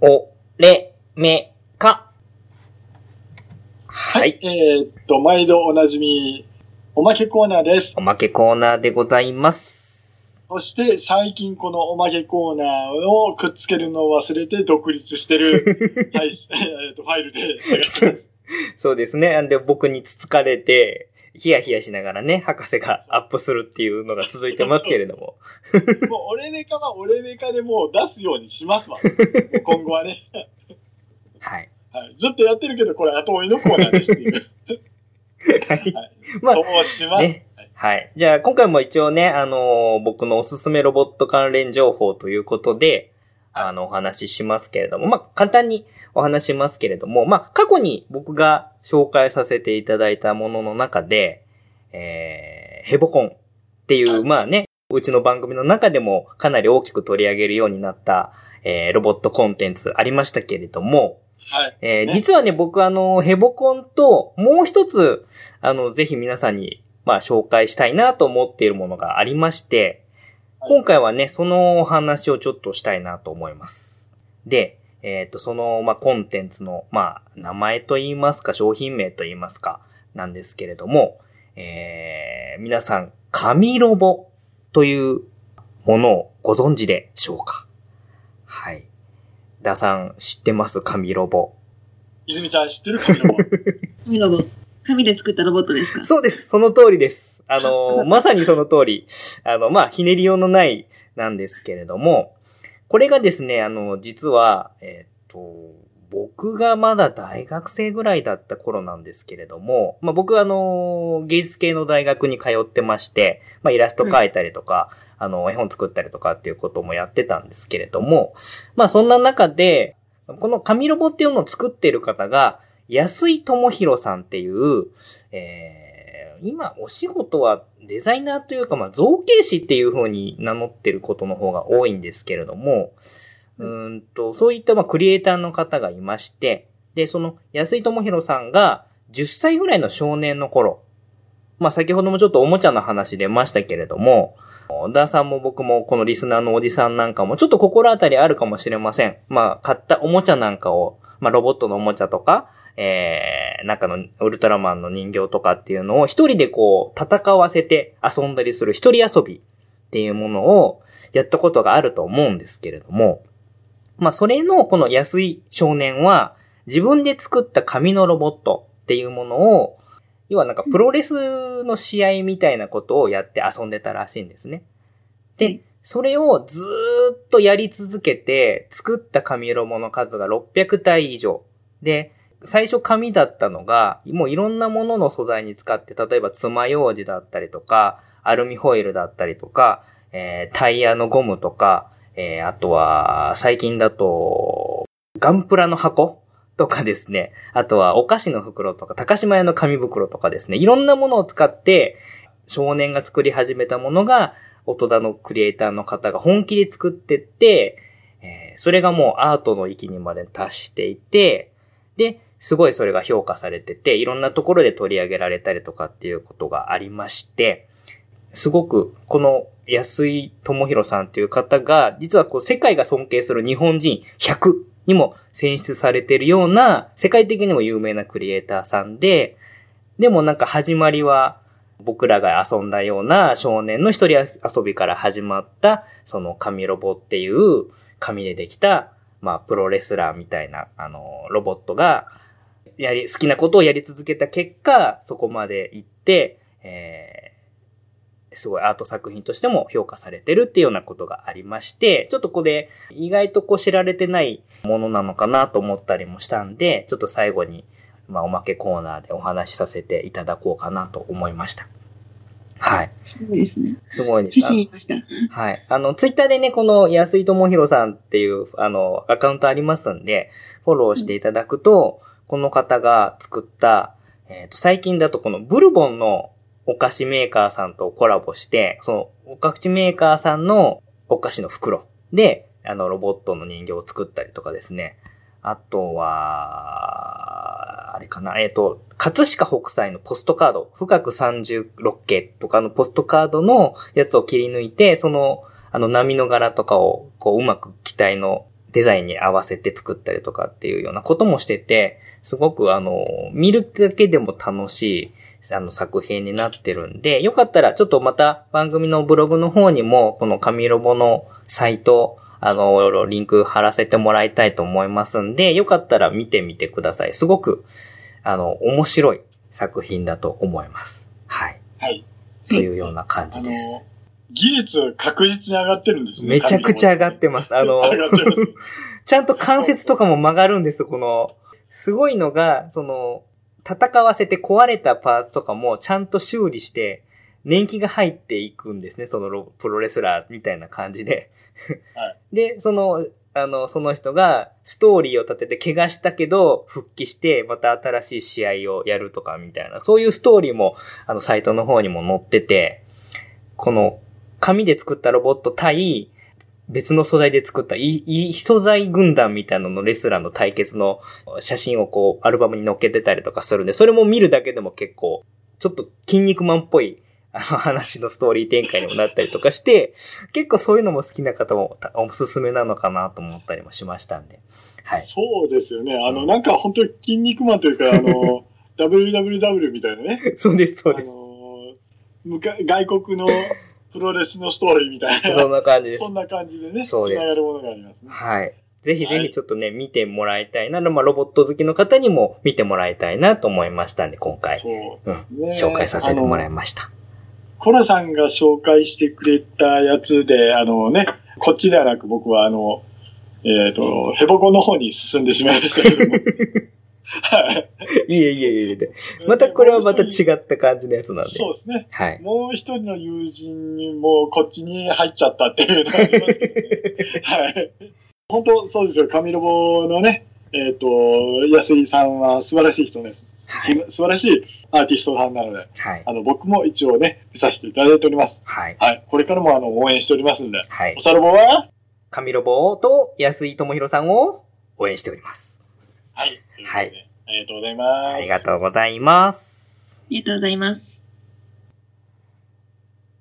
おれめか。 はい。毎度おなじみ、おまけコーナーです。 おまけコーナーでございます。 そして最近このおまけコーナーをくっつけるのを忘れて独立してる、はい、ファイルで探してます。 そうですね。で、僕につつかれて、ヒヤヒヤしながらね、博士がアップするっていうのが続いてますけれども。 もう、オレメカはオレメカでもう出すようにしますわ。今後はね。 はい。 はい。ずっとやってるけど、これ後追いのコーナーですっていう。 はい。 はい、まあ、そうします。 ね。はい。じゃあ、今回も一応ね、僕のおすすめロボット関連情報ということで、お話ししますけれども、まあ、簡単にお話しますけれども、まあ、過去に僕が紹介させていただいたものの中で、ヘボコンっていう、まあね、うちの番組の中でもかなり大きく取り上げるようになった、ロボットコンテンツありましたけれども、 はい。 実はね、僕ヘボコンともう一つ、ぜひ皆さんに、まあ、紹介したいなと思っているものがありまして、今回はね、そのお話をちょっとしたいなと思います。で、その、まあ、コンテンツの、まあ、名前と言いますか、商品名と言いますか、なんですけれども、皆さん、紙ロボというものをご存知でしょうか？はい。ダさん、知ってます？紙ロボ。 泉ちゃん知ってる？紙ロボ。 紙ロボ。紙で作ったロボットですか？ そうです。その通りです。まさにその通り。まあ、ひねりようのないなんですけれども、これがですね、実は、僕がまだ大学生ぐらいだった頃なんですけれども、まあ僕芸術系の大学に通ってまして、まあイラスト描いたりとか、絵本作ったりとかっていうこともやってたんですけれども、まあそんな中で、この紙ロボっていうのを作っている方が、安井智弘さんっていう、今お仕事はデザイナーというか、まあ造形師っていう風に名乗ってることの方が多いんですけれども、そういったまあクリエイターの方がいまして、で、その安井智弘さんが10歳ぐらいの少年の頃、まあ先ほどもちょっとおもちゃの話出ましたけれども、小田さんも僕もこのリスナーのおじさんなんかもちょっと心当たりあるかもしれません。まあ買ったおもちゃなんかを、まあロボットのおもちゃとか、中のウルトラマンの人形とかっていうのを一人でこう戦わせて遊んだりする一人遊びっていうものをやったことがあると思うんですけれども、まあそれのこの安井少年は自分で作った紙のロボットっていうものを、要はなんかプロレスの試合みたいなことをやって遊んでたらしいんですね。で、それをずーっとやり続けて作った紙ロボの数が600体以上。で、最初紙だったのが、もういろんなものの素材に使って、例えば爪楊枝だったりとか、アルミホイルだったりとか、タイヤのゴムとか、あとは、最近だと、ガンプラの箱とかですね。あとは、お菓子の袋とか、高島屋の紙袋とかですね。いろんなものを使って、少年が作り始めたものが、大人のクリエイターの方が本気で作ってって、それがもうアートの域にまで達していて、で、すごいそれが評価されてて、いろんなところで取り上げられたりとかっていうことがありまして、すごくこの安井智弘さんという方が、実はこう世界が尊敬する日本人100にも選出されているような、世界的にも有名なクリエイターさんで、でもなんか始まりは僕らが遊んだような少年の一人遊びから始まった、その紙ロボっていう紙でできた、まあプロレスラーみたいなロボットが好きなことをやり続けた結果、そこまで行って、すごいアート作品としても評価されてるっていうようなことがありまして、ちょっとこれ意外とこう知られてないものなのかなと思ったりもしたんで、ちょっと最後にまあおまけコーナーでお話しさせていただこうかなと思いました。はい。 すごいですね。 すごいです。 知りました。 はい。ツイッターでね、この安井智弘さんっていうアカウントありますんで、フォローしていただくと、この方が作った、最近だとこのブルボンのお菓子メーカーさんとコラボして、そのお菓子メーカーさんのお菓子の袋で、ロボットの人形を作ったりとかですね。あとは、あれかな、葛飾北斎のポストカード、富岳36景とかのポストカードのやつを切り抜いて、その、波の柄とかを、こう、うまく機体のデザインに合わせて作ったりとかっていうようなこともしてて、すごく見るだけでも楽しい、作品になってるんで、よかったらちょっとまた番組のブログの方にも、この紙ロボのサイト、リンク貼らせてもらいたいと思いますんで、よかったら見てみてください。すごく、面白い作品だと思います。はい。 はい。 というような感じです。 技術確実に上がってるんですね。 めちゃくちゃ上がってます。ちゃんと関節とかも曲がるんです。すごいのが、戦わせて壊れたパーツとかもちゃんと修理して、年季が入っていくんですね。プロレスラーみたいな感じで。 はい、 で、その人がストーリーを立てて怪我したけど、復帰してまた新しい試合をやるとかみたいな、そういうストーリーも、サイトの方にも載ってて、この、紙で作ったロボット対、別の素材で作った異素材軍団みたいなののレスラーの対決の写真をアルバムに載っけてたりとかするんで、それも見るだけでも結構、ちょっと筋肉マンっぽい、話のストーリー展開にもなったりとかして、結構そういうのも好きな方もおすすめなのかなと思ったりもしましたんで。はい。 そうですよね。なんか本当に筋肉マンというか、WWW みたいなね。 そうです、そうです。 外国のプロレスのストーリーみたいな。 そんな感じです。 そんな感じでね。 そうです。 つながるものがありますね。 はい。ぜひぜひちょっとね、見てもらいたいな。ロボット好きの方にも見てもらいたいなと思いましたんで、今回。 そうですね。 紹介させてもらいました。 コラさんが紹介してくれたやつで、こっちではなく僕はヘボコの方に進んでしまいましたけども。はい。 いえ。またこれはまた違った感じのやつなんで。 そうですね。 はい。 もう一人の友人にもこっちに入っちゃったっていうのがありますけどね。はい。本当そうですよ。紙ロボのね、安井さんは素晴らしい人です。はい、素晴らしいアーティストさんなので、はい、僕も一応ね、見させていただいております。はい。はい。これからも応援しておりますんで、はい。おさロボは紙ロボと安井智弘さんを応援しております。 はい。 はい。 ありがとうございます。 ありがとうございます。 ありがとうございます。